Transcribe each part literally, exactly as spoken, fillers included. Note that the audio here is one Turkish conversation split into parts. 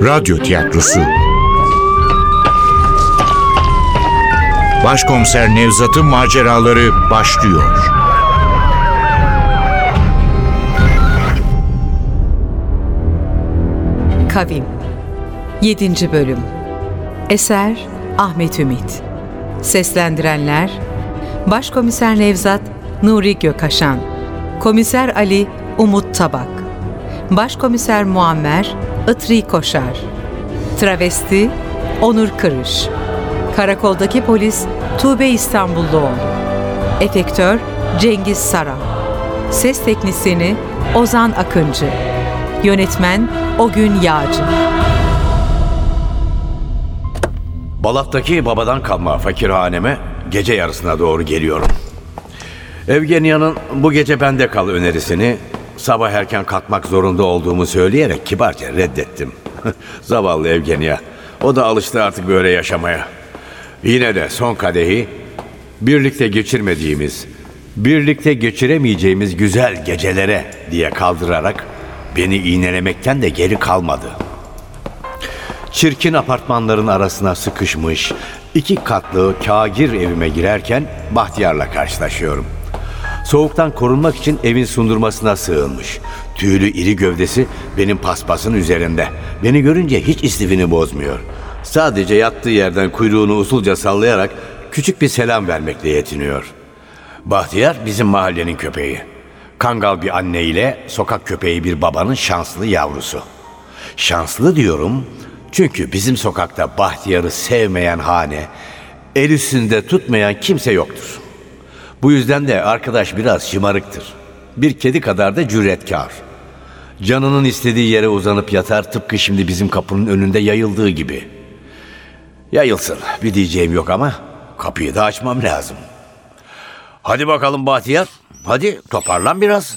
Radyo tiyatrosu. Başkomiser Nevzat'ın maceraları başlıyor. Kavim yedinci Bölüm. Eser Ahmet Ümit. Seslendirenler: Başkomiser Nevzat Nuri Gökaşan, Komiser Ali Umut Tabak, Başkomiser Muammer Itri Koşar, Travesti Onur Kırış, Karakoldaki Polis Tuğbe İstanbulluoğlu, Efektör Cengiz Saran, Ses Teknisyeni Ozan Akıncı, Yönetmen Ogün Yağcı. Balat'taki babadan kalma fakirhaneme gece yarısına doğru geliyorum. Evgenia'nın bu gece bende kal önerisini sabah erken kalkmak zorunda olduğumu söyleyerek kibarca reddettim. Zavallı Evgenia. O da alıştı artık böyle yaşamaya. Yine de son kadehi birlikte geçirmediğimiz, birlikte geçiremeyeceğimiz güzel gecelere diye kaldırarak beni iğnelemekten de geri kalmadı. Çirkin apartmanların arasına sıkışmış iki katlı kâgir evime girerken Bahtiyar'la karşılaşıyorum. Soğuktan korunmak için evin sundurmasına sığınmış. Tüylü iri gövdesi benim paspasın üzerinde. Beni görünce hiç istifini bozmuyor. Sadece yattığı yerden kuyruğunu usulca sallayarak küçük bir selam vermekle yetiniyor. Bahtiyar bizim mahallenin köpeği. Kangal bir anne ile sokak köpeği bir babanın şanslı yavrusu. Şanslı diyorum çünkü bizim sokakta Bahtiyar'ı sevmeyen hane, el üstünde tutmayan kimse yoktur. Bu yüzden de arkadaş biraz şımarıktır. Bir kedi kadar da cüretkar. Canının istediği yere uzanıp yatar, tıpkı şimdi bizim kapının önünde yayıldığı gibi. Yayılsın, bir diyeceğim yok ama kapıyı da açmam lazım. Hadi bakalım Bahtiyar, hadi toparlan biraz.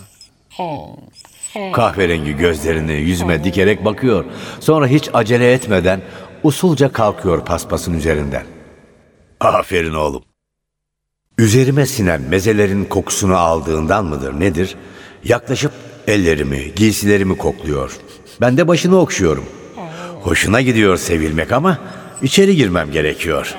Kahverengi gözlerini yüzüme dikerek bakıyor. Sonra hiç acele etmeden usulca kalkıyor paspasın üzerinden. Aferin oğlum. Üzerime sinen mezelerin kokusunu aldığından mıdır nedir? Yaklaşıp ellerimi, giysilerimi kokluyor. Ben de başını okşuyorum. Hoşuna gidiyor sevilmek ama içeri girmem gerekiyor.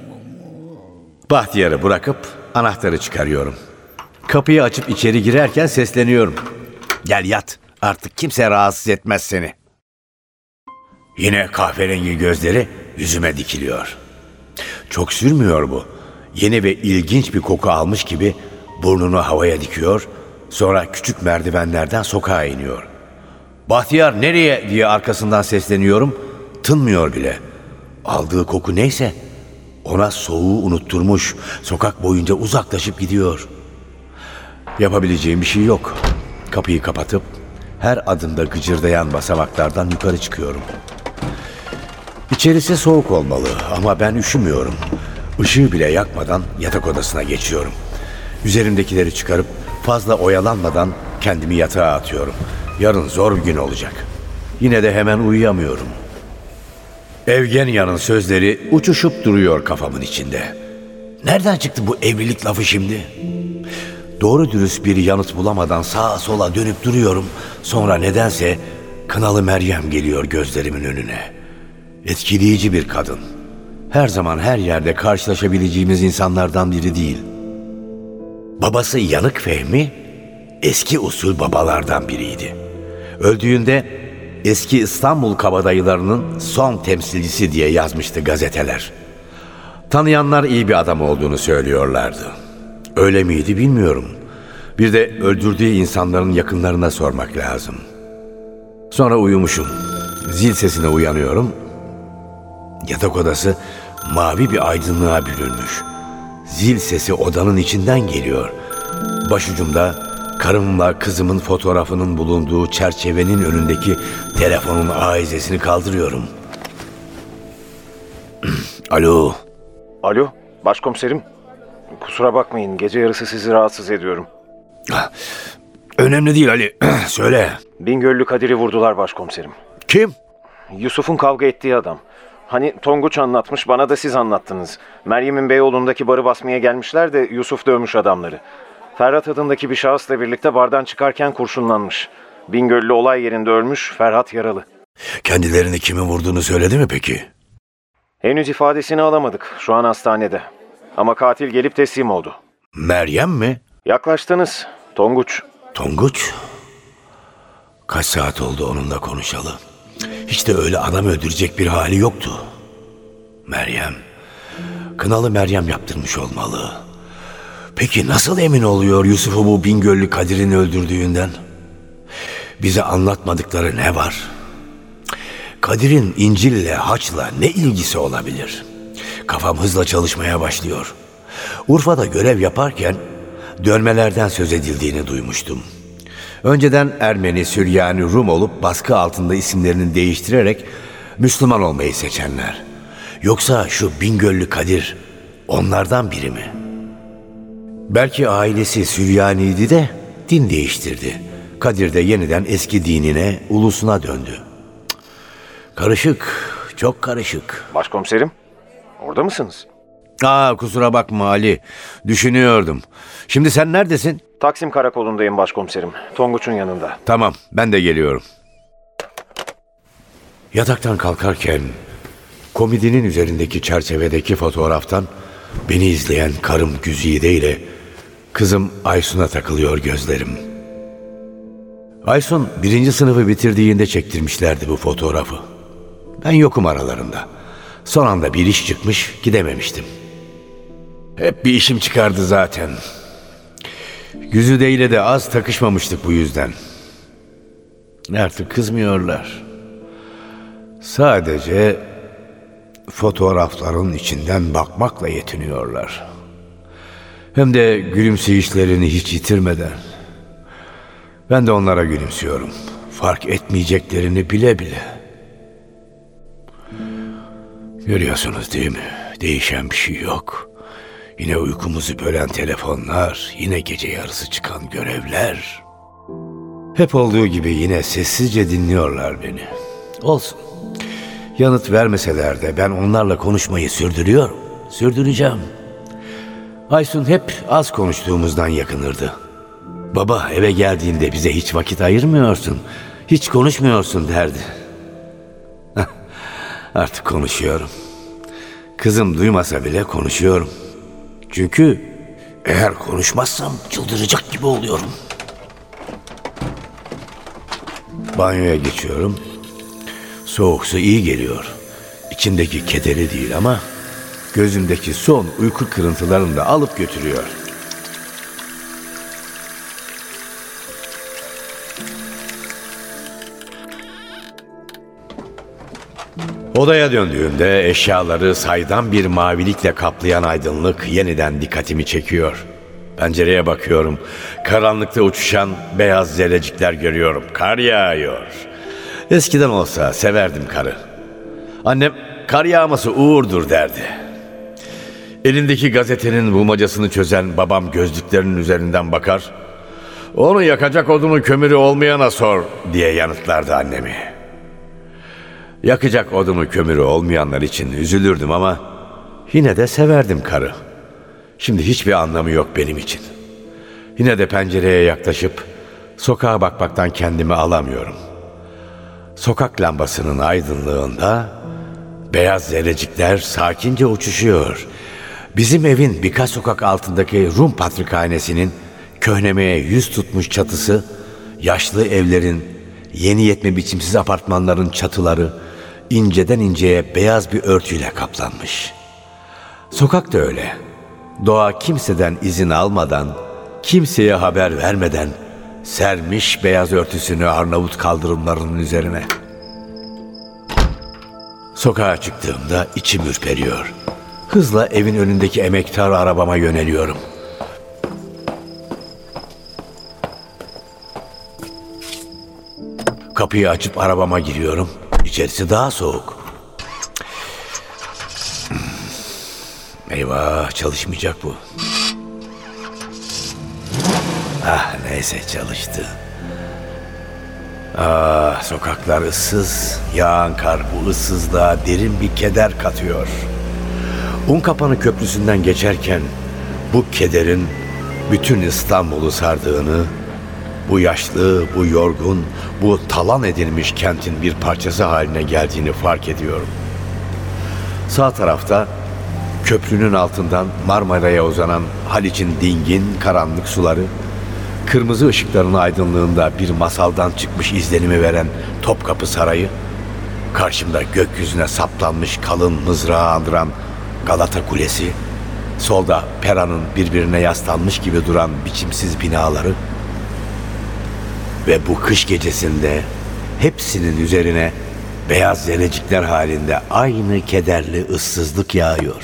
Bahtiyar'ı bırakıp anahtarı çıkarıyorum. Kapıyı açıp içeri girerken sesleniyorum. Gel yat, artık kimse rahatsız etmez seni. Yine kahverengi gözleri yüzüme dikiliyor. Çok sürmüyor bu. Yeni ve ilginç bir koku almış gibi burnunu havaya dikiyor, sonra küçük merdivenlerden sokağa iniyor. Bahtiyar nereye diye arkasından sesleniyorum, tınmıyor bile. Aldığı koku neyse ona soğuğu unutturmuş, sokak boyunca uzaklaşıp gidiyor. Yapabileceğim bir şey yok. Kapıyı kapatıp her adımda gıcırdayan basamaklardan yukarı çıkıyorum. İçerisi soğuk olmalı ama ben üşümüyorum. Işığı bile yakmadan yatak odasına geçiyorum. Üzerimdekileri çıkarıp fazla oyalanmadan kendimi yatağa atıyorum. Yarın zor bir gün olacak. Yine de hemen uyuyamıyorum. Evgenia'nın sözleri uçuşup duruyor kafamın içinde. Nereden çıktı bu evlilik lafı şimdi? Doğru dürüst bir yanıt bulamadan sağa sola dönüp duruyorum. Sonra nedense Kınalı Meryem geliyor gözlerimin önüne. Etkileyici bir kadın. Her zaman her yerde karşılaşabileceğimiz insanlardan biri değil. Babası Yanık Fehmi eski usul babalardan biriydi. Öldüğünde eski İstanbul kabadayılarının son temsilcisi diye yazmıştı gazeteler. Tanıyanlar iyi bir adam olduğunu söylüyorlardı. Öyle miydi bilmiyorum. Bir de öldürdüğü insanların yakınlarına sormak lazım. Sonra uyumuşum. Zil sesine uyanıyorum. Yatak odası mavi bir aydınlığa bürünmüş. Zil sesi odanın içinden geliyor. Başucumda karımla kızımın fotoğrafının bulunduğu çerçevenin önündeki telefonun aizesini kaldırıyorum. Alo. Alo, başkomiserim. Kusura bakmayın, gece yarısı sizi rahatsız ediyorum. Önemli değil Ali, söyle. Bingöllü Kadir'i vurdular başkomiserim. Kim? Yusuf'un kavga ettiği adam. Hani Tonguç anlatmış, bana da siz anlattınız. Meryem'in Beyoğlu'ndaki barı basmaya gelmişler de Yusuf dövmüş adamları. Ferhat adındaki bir şahısla birlikte bardan çıkarken kurşunlanmış. Bingöllü olay yerinde ölmüş, Ferhat yaralı. Kendilerini kimin vurduğunu söyledi mi peki? Henüz ifadesini alamadık. Şu an hastanede. Ama katil gelip teslim oldu. Meryem mi? Yaklaştınız. Tonguç. Tonguç? Kaç saat oldu onunla konuşalı? Hiç de öyle adam öldürecek bir hali yoktu. Meryem. Kınalı Meryem yaptırmış olmalı. Peki nasıl emin oluyor Yusuf'u bu Bingöllü Kadir'in öldürdüğünden? Bize anlatmadıkları ne var? Kadir'in İncil'le, haçla ne ilgisi olabilir? Kafam hızla çalışmaya başlıyor. Urfa'da görev yaparken dönmelerden söz edildiğini duymuştum. Önceden Ermeni, Süryani, Rum olup baskı altında isimlerini değiştirerek Müslüman olmayı seçenler. Yoksa şu Bingöllü Kadir onlardan biri mi? Belki ailesi Süryaniydi de din değiştirdi. Kadir de yeniden eski dinine, ulusuna döndü. Cık. Karışık, çok karışık. Başkomiserim, orada mısınız? Aa, kusura bakma Ali, düşünüyordum. Şimdi sen neredesin? Taksim Karakolu'ndayım başkomiserim. Tonguç'un yanında. Tamam, ben de geliyorum. Yataktan kalkarken komodinin üzerindeki çerçevedeki fotoğraftan beni izleyen karım Güzide ile kızım Aysun'a takılıyor gözlerim. Aysun birinci sınıfı bitirdiğinde çektirmişlerdi bu fotoğrafı. Ben yokum aralarında. Son anda bir iş çıkmış, gidememiştim. Hep bir işim çıkardı zaten. Güzide ile de az takışmamıştık bu yüzden. Artık kızmıyorlar. Sadece fotoğrafların içinden bakmakla yetiniyorlar. Hem de gülümseyişlerini hiç yitirmeden. Ben de onlara gülümsüyorum. Fark etmeyeceklerini bile bile. Görüyorsunuz değil mi? Değişen bir şey yok. Yine uykumuzu bölen telefonlar, yine gece yarısı çıkan görevler. Hep olduğu gibi yine sessizce dinliyorlar beni. Olsun. Yanıt vermeseler de ben onlarla konuşmayı sürdürüyorum. Sürdüreceğim. Aysun hep az konuştuğumuzdan yakınırdı. Baba eve geldiğinde bize hiç vakit ayırmıyorsun, hiç konuşmuyorsun derdi. Artık konuşuyorum. Kızım duymasa bile konuşuyorum. Çünkü eğer konuşmazsam çıldıracak gibi oluyorum. Banyoya geçiyorum. Soğuk su iyi geliyor. İçimdeki kederi değil ama gözümdeki son uyku kırıntılarını da alıp götürüyor. Odaya döndüğümde eşyaları saydam bir mavilikle kaplayan aydınlık yeniden dikkatimi çekiyor. Pencereye bakıyorum. Karanlıkta uçuşan beyaz zerrecikler görüyorum. Kar yağıyor. Eskiden olsa severdim karı. Annem kar yağması uğurdur derdi. Elindeki gazetenin bulmacasını çözen babam gözlüklerinin üzerinden bakar. Onu yakacak odunu kömürü olmayana sor diye yanıtlardı annemi. Yakacak odunu kömürü olmayanlar için üzülürdüm ama yine de severdim karı. Şimdi hiçbir anlamı yok benim için. Yine de pencereye yaklaşıp sokağa bakmaktan kendimi alamıyorum. Sokak lambasının aydınlığında beyaz zerrecikler sakince uçuşuyor. Bizim evin birkaç sokak altındaki Rum patrikhanesinin köhnemeye yüz tutmuş çatısı, yaşlı evlerin, yeni yetme biçimsiz apartmanların çatıları inceden inceye beyaz bir örtüyle kaplanmış. Sokak da öyle. Doğa kimseden izin almadan, kimseye haber vermeden sermiş beyaz örtüsünü Arnavut kaldırımlarının üzerine. Sokağa çıktığımda içim ürperiyor. Hızla evin önündeki emektar arabama yöneliyorum. Kapıyı açıp arabama giriyorum. İçerisi daha soğuk. Eyvah, çalışmayacak bu. Ah neyse çalıştı. Ah sokaklar ıssız. Yağan kar bu ıssızlığa derin bir keder katıyor. Unkapanı Köprüsü'nden geçerken bu kederin bütün İstanbul'u sardığını bu yaşlı, bu yorgun, bu talan edilmiş kentin bir parçası haline geldiğini fark ediyorum. Sağ tarafta köprünün altından Marmara'ya uzanan Haliç'in dingin, karanlık suları, kırmızı ışıkların aydınlığında bir masaldan çıkmış izlenimi veren Topkapı Sarayı, karşımda gökyüzüne saplanmış kalın mızrağı andıran Galata Kulesi, solda Pera'nın birbirine yaslanmış gibi duran biçimsiz binaları ve bu kış gecesinde hepsinin üzerine beyaz zerrecikler halinde aynı kederli ıssızlık yağıyor.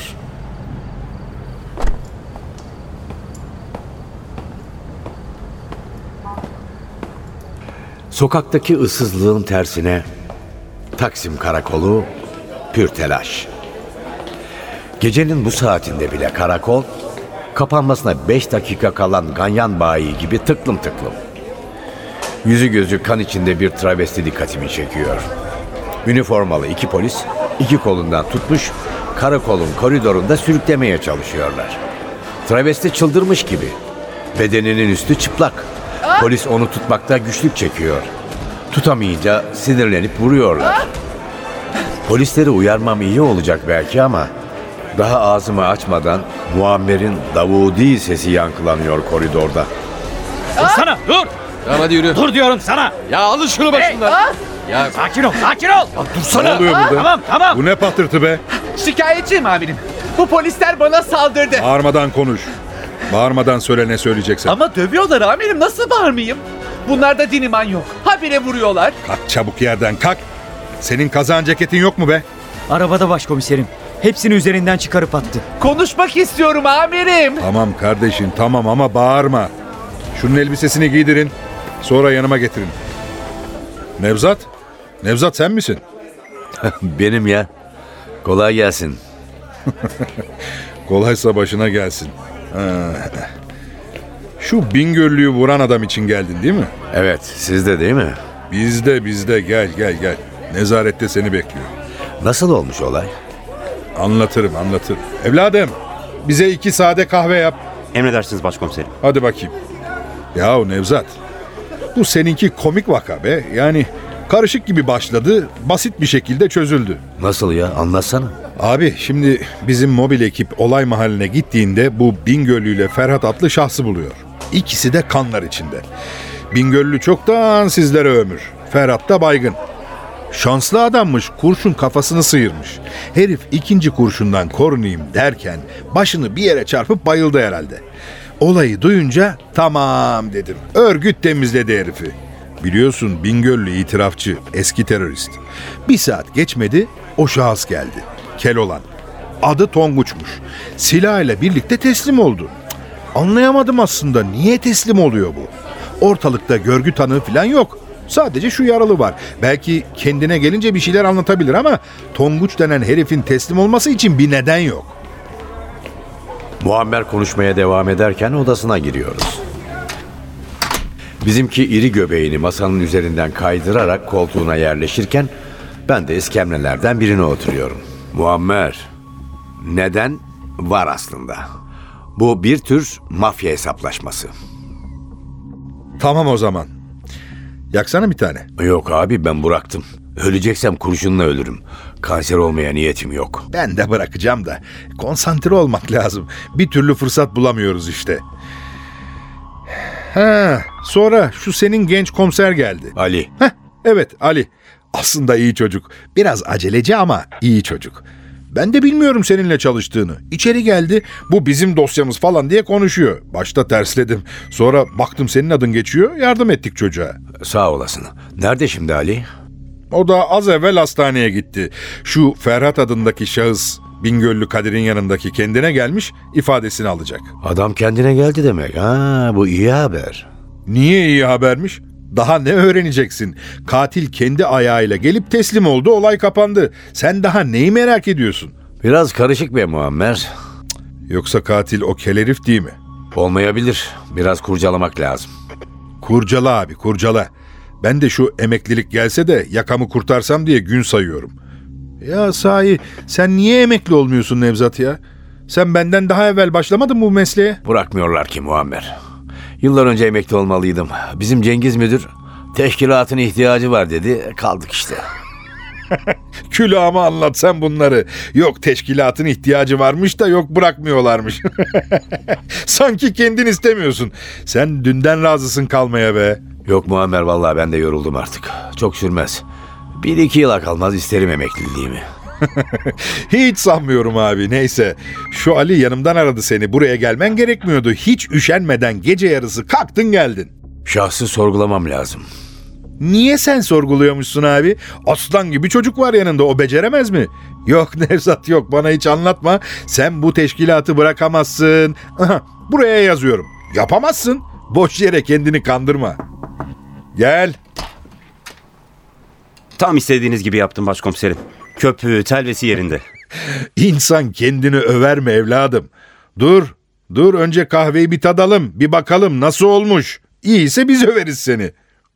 Sokaktaki ıssızlığın tersine Taksim Karakolu pür telaş. Gecenin bu saatinde bile karakol, kapanmasına beş dakika kalan ganyan bayi gibi tıklım tıklım. Yüzü gözü kan içinde bir travesti dikkatimi çekiyor. Üniformalı iki polis, iki kolundan tutmuş, karakolun koridorunda sürüklemeye çalışıyorlar. Travesti çıldırmış gibi. Bedeninin üstü çıplak. Polis onu tutmakta güçlük çekiyor. Tutamayınca sinirlenip vuruyorlar. Polisleri uyarmam iyi olacak belki ama daha ağzımı açmadan Muammer'in Davudi sesi yankılanıyor koridorda. Dursana, dur! Tamam hadi yürü. Dur diyorum sana! Ya alın şunu başımdan. Ya sakin ol, sakin ol! Ya dursana. Ne oluyor burada? Tamam, tamam! Bu ne patırtı be? Şikayetçiyim amirim. Bu polisler bana saldırdı. Bağırmadan konuş. Bağırmadan söyle ne söyleyeceksen. Ama dövüyorlar amirim, nasıl bağırmayayım? Bunlarda din iman yok. Habire vuruyorlar. Kalk çabuk yerden kalk. Senin kazağın ceketin yok mu be? Arabada başkomiserim. Hepsini üzerinden çıkarıp attı. Konuşmak istiyorum amirim. Tamam kardeşim tamam ama bağırma. Şunun elbisesini giydirin. Sonra yanıma getirin. Nevzat? Nevzat sen misin? Benim ya. Kolay gelsin. Kolaysa başına gelsin. Ha. Şu Bingöllü'yü vuran adam için geldin değil mi? Evet, siz de değil mi? Bizde bizde gel gel gel. Nezarette seni bekliyor. Nasıl olmuş olay? Anlatırım anlatırım. Evladım bize iki sade kahve yap. Emredersiniz başkomiserim. Hadi bakayım. Yahu Nevzat, bu seninki komik vaka be. Yani karışık gibi başladı, basit bir şekilde çözüldü. Nasıl ya? Anlatsana. Abi şimdi bizim mobil ekip olay mahalline gittiğinde bu Bingöllü ile Ferhat adlı şahsı buluyor. İkisi de kanlar içinde. Bingöllü çoktan sizlere ömür. Ferhat da baygın. Şanslı adammış, kurşun kafasını sıyırmış. Herif ikinci kurşundan korunayım derken başını bir yere çarpıp bayıldı herhalde. Olayı duyunca tamam dedim. Örgüt temizledi herifi. Biliyorsun Bingöllü itirafçı, eski terörist. Bir saat geçmedi o şahıs geldi. Keloğlan. Adı Tonguç'muş. Silahıyla birlikte teslim oldu. Cık, anlayamadım aslında niye teslim oluyor bu? Ortalıkta görgü tanığı falan yok. Sadece şu yaralı var. Belki kendine gelince bir şeyler anlatabilir ama Tonguç denen herifin teslim olması için bir neden yok. Muammer konuşmaya devam ederken odasına giriyoruz. Bizimki iri göbeğini masanın üzerinden kaydırarak koltuğuna yerleşirken ben de iskemlelerden birine oturuyorum. Muammer, neden var aslında. Bu bir tür mafya hesaplaşması. Tamam o zaman. Yaksana bir tane. Yok abi ben bıraktım. Öleceksem kurşunla ölürüm. Kanser olmaya niyetim yok. Ben de bırakacağım da konsantre olmak lazım. Bir türlü fırsat bulamıyoruz işte. Ha, sonra şu senin genç komiser geldi. Ali. Heh, evet Ali. Aslında iyi çocuk. Biraz aceleci ama iyi çocuk. Ben de bilmiyorum seninle çalıştığını. İçeri geldi, bu bizim dosyamız falan diye konuşuyor. Başta tersledim. Sonra baktım senin adın geçiyor, yardım ettik çocuğa. Sağ olasın. Nerede şimdi Ali? O da az evvel hastaneye gitti. Şu Ferhat adındaki şahıs Bingöllü Kadir'in yanındaki kendine gelmiş, ifadesini alacak. Adam kendine geldi demek. Ha, bu iyi haber. Niye iyi habermiş? Daha ne öğreneceksin? Katil kendi ayağıyla gelip teslim oldu, olay kapandı. Sen daha neyi merak ediyorsun? Biraz karışık be Muammer. Yoksa katil o kel herif değil mi? Olmayabilir. Biraz kurcalamak lazım. Kurcala abi, kurcala. Ben de şu emeklilik gelse de yakamı kurtarsam diye gün sayıyorum. Ya sahi sen niye emekli olmuyorsun Nevzat ya? Sen benden daha evvel başlamadın mı bu mesleğe? Bırakmıyorlar ki Muammer. Yıllar önce emekli olmalıydım. Bizim Cengiz müdür teşkilatın ihtiyacı var dedi. Kaldık işte. Külahıma anlat sen bunları. Yok teşkilatın ihtiyacı varmış da yok bırakmıyorlarmış. Sanki kendin istemiyorsun. Sen dünden razısın kalmaya be. Yok Muammer, vallahi ben de yoruldum artık. Çok sürmez. Bir iki yıla kalmaz isterim emekliliğimi. Hiç sanmıyorum abi. Neyse. Şu Ali yanımdan aradı seni. Buraya gelmen gerekmiyordu. Hiç üşenmeden gece yarısı kalktın geldin. Şahsı sorgulamam lazım. Niye sen sorguluyormuşsun abi? Aslan gibi çocuk var yanında, o beceremez mi? Yok Nevzat yok, bana hiç anlatma. Sen bu teşkilatı bırakamazsın. Aha, buraya yazıyorum. Yapamazsın. Boş yere kendini kandırma. Gel. Tam istediğiniz gibi yaptım başkomiserim. Köpüğü, telvesi yerinde. İnsan kendini över mi evladım? Dur, dur önce kahveyi bir tadalım. Bir bakalım nasıl olmuş. İyiyse biz överiz seni.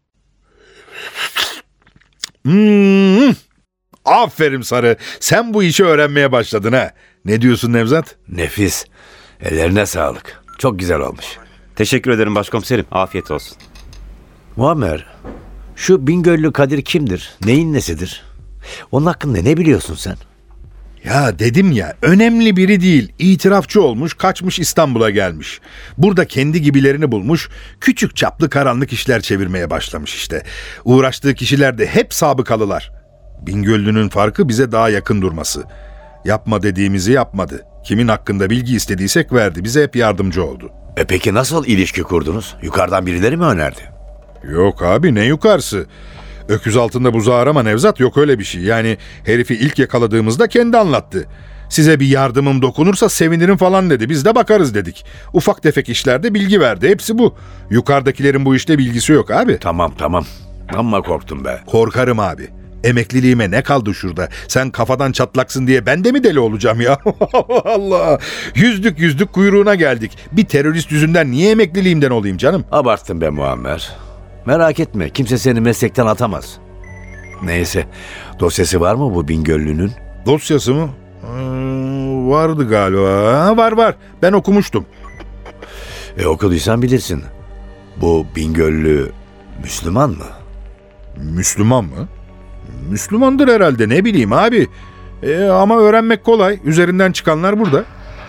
Hmm. Aferin Sarı. Sen bu işi öğrenmeye başladın ha. Ne diyorsun Nevzat? Nefis. Ellerine sağlık. Çok güzel olmuş. Teşekkür ederim başkomiserim. Afiyet olsun. Muammer, şu Bingöllü Kadir kimdir? Neyin nesidir? Onun hakkında ne biliyorsun sen? Ya dedim ya, önemli biri değil. İtirafçı olmuş, kaçmış İstanbul'a gelmiş. Burada kendi gibilerini bulmuş, küçük çaplı karanlık işler çevirmeye başlamış işte. Uğraştığı kişiler de hep sabıkalılar. Bingöllü'nün farkı bize daha yakın durması. Yapma dediğimizi yapmadı. Kimin hakkında bilgi istediysek verdi. Bize hep yardımcı oldu. E peki nasıl ilişki kurdunuz? Yukarıdan birileri mi önerdi? Yok abi, ne yukarısı? Öküz altında buzağı arama Nevzat, yok öyle bir şey. Yani herifi ilk yakaladığımızda kendi anlattı. Size bir yardımım dokunursa sevinirim falan dedi. Biz de bakarız dedik. Ufak tefek işlerde bilgi verdi. Hepsi bu. Yukarıdakilerin bu işte bilgisi yok abi. Tamam tamam. Amma korktum be. Korkarım abi. Emekliliğime ne kaldı şurada? Sen kafadan çatlaksın diye ben de mi deli olacağım ya? Allah Allah. Yüzdük yüzdük kuyruğuna geldik. Bir terörist yüzünden niye emekliliğimden olayım canım? Abarttın be Muammer. Merak etme, kimse seni meslekten atamaz. Neyse, dosyası var mı bu Bingöllü'nün? Dosyası mı? Hmm, vardı galiba. Ha, var var. Ben okumuştum. E okuduysan bilirsin. Bu Bingöllü Müslüman mı? Müslüman mı? Müslümandır herhalde, ne bileyim abi. E, ama öğrenmek kolay. Üzerinden çıkanlar burada.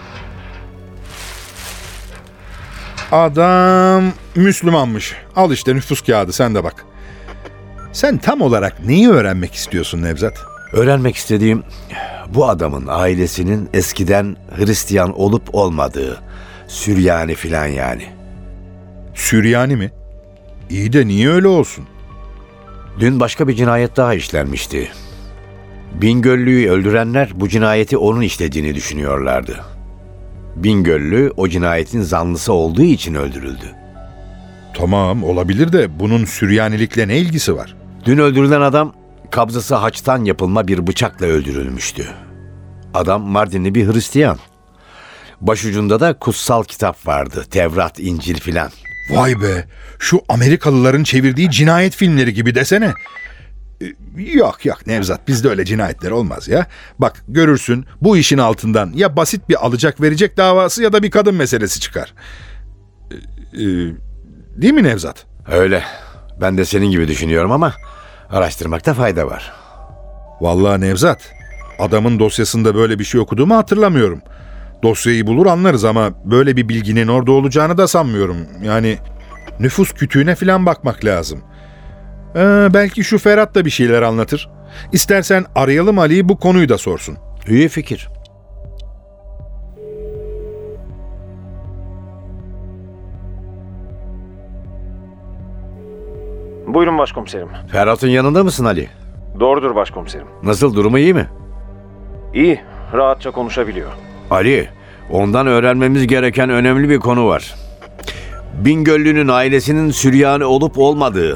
Adam Müslümanmış. Al işte nüfus kağıdı, sen de bak. Sen tam olarak neyi öğrenmek istiyorsun Nevzat? Öğrenmek istediğim bu adamın ailesinin eskiden Hristiyan olup olmadığı. Süryani filan yani. Süryani mi? İyi de niye öyle olsun? Dün başka bir cinayet daha işlenmişti. Bingöllü'yü öldürenler bu cinayeti onun işlediğini düşünüyorlardı. Bingöllü o cinayetin zanlısı olduğu için öldürüldü. Tamam olabilir de bunun Süryanilikle ne ilgisi var? Dün öldürülen adam kabzası haçtan yapılma bir bıçakla öldürülmüştü. Adam Mardinli bir Hristiyan. Başucunda da kutsal kitap vardı. Tevrat, İncil filan. Vay be, şu Amerikalıların çevirdiği cinayet filmleri gibi desene. Ee, Yok yok Nevzat, bizde öyle cinayetler olmaz ya. Bak görürsün, bu işin altından ya basit bir alacak verecek davası ya da bir kadın meselesi çıkar. Ee, e, değil mi Nevzat? Öyle. Ben de senin gibi düşünüyorum ama araştırmakta fayda var. Vallahi Nevzat, adamın dosyasında böyle bir şey okuduğumu hatırlamıyorum. Dosyayı bulur anlarız ama böyle bir bilginin orada olacağını da sanmıyorum. Yani nüfus kütüğüne falan bakmak lazım. Ee, belki şu Ferhat da bir şeyler anlatır. İstersen arayalım Ali'yi, bu konuyu da sorsun. İyi fikir. Buyurun başkomiserim. Ferhat'ın yanında mısın Ali? Doğrudur başkomiserim. Nasıl, durumu iyi mi? İyi, rahatça konuşabiliyor. Ali, ondan öğrenmemiz gereken önemli bir konu var. Bingöllü'nün ailesinin Süryani olup olmadığı.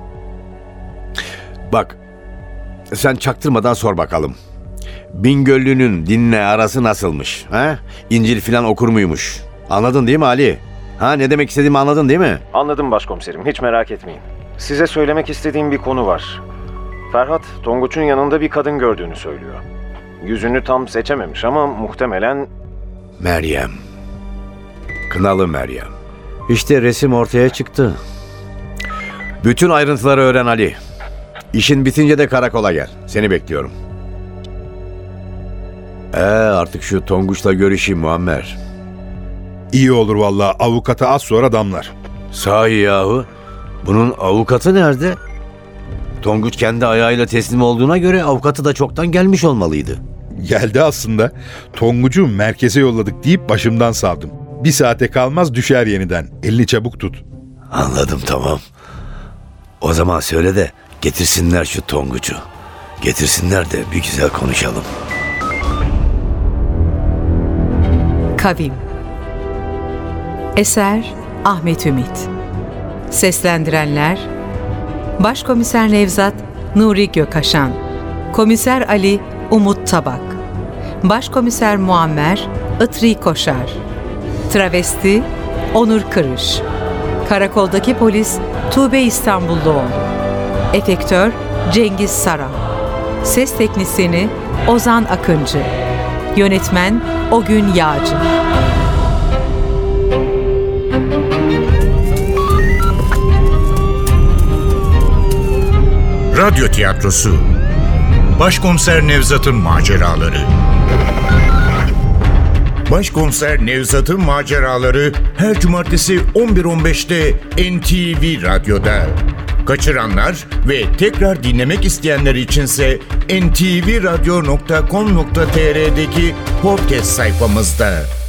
Bak, sen çaktırmadan sor bakalım. Bingöllü'nün dinle arası nasılmış? Ha? İncil filan okur muymuş? Anladın değil mi Ali? Ha, ne demek istediğimi anladın değil mi? Anladım başkomiserim, hiç merak etmeyin. Size söylemek istediğim bir konu var. Ferhat, Tonguç'un yanında bir kadın gördüğünü söylüyor. Yüzünü tam seçememiş ama muhtemelen... Meryem. Kınalı Meryem. İşte resim ortaya çıktı. Bütün ayrıntıları öğren Ali. İşin bitince de karakola gel. Seni bekliyorum. Ee, artık şu Tonguç'la görüşeyim Muammer. İyi olur vallahi, avukata az sonra damlar. Sahi yahu. Bunun avukatı nerede? Tonguç kendi ayağıyla teslim olduğuna göre avukatı da çoktan gelmiş olmalıydı. Geldi aslında. Tonguç'u merkeze yolladık deyip başımdan savdım. Bir saate kalmaz düşer yeniden. Elini çabuk tut. Anladım, tamam. O zaman söyle de getirsinler şu Tonguç'u. Getirsinler de bir güzel konuşalım. Kavim. Eser Ahmet Ümit. Seslendirenler Başkomiser Nevzat Nuri Gökaşan, Komiser Ali Umut Tabak, Başkomiser Muammer Itri Koşar, Travesti Onur Kırış, Karakoldaki polis Tuğbe İstanbulluoğlu, Efektör Cengiz Saran, Ses teknisyeni Ozan Akıncı, Yönetmen Ogün Yağcı. Radyo tiyatrosu Başkomiser Nevzat'ın maceraları. Başkomiser Nevzat'ın maceraları her cumartesi on bir on beşte N T V Radyo'da. Kaçıranlar ve tekrar dinlemek isteyenler içinse en ti vi radyo nokta com nokta tr''deki podcast sayfamızda.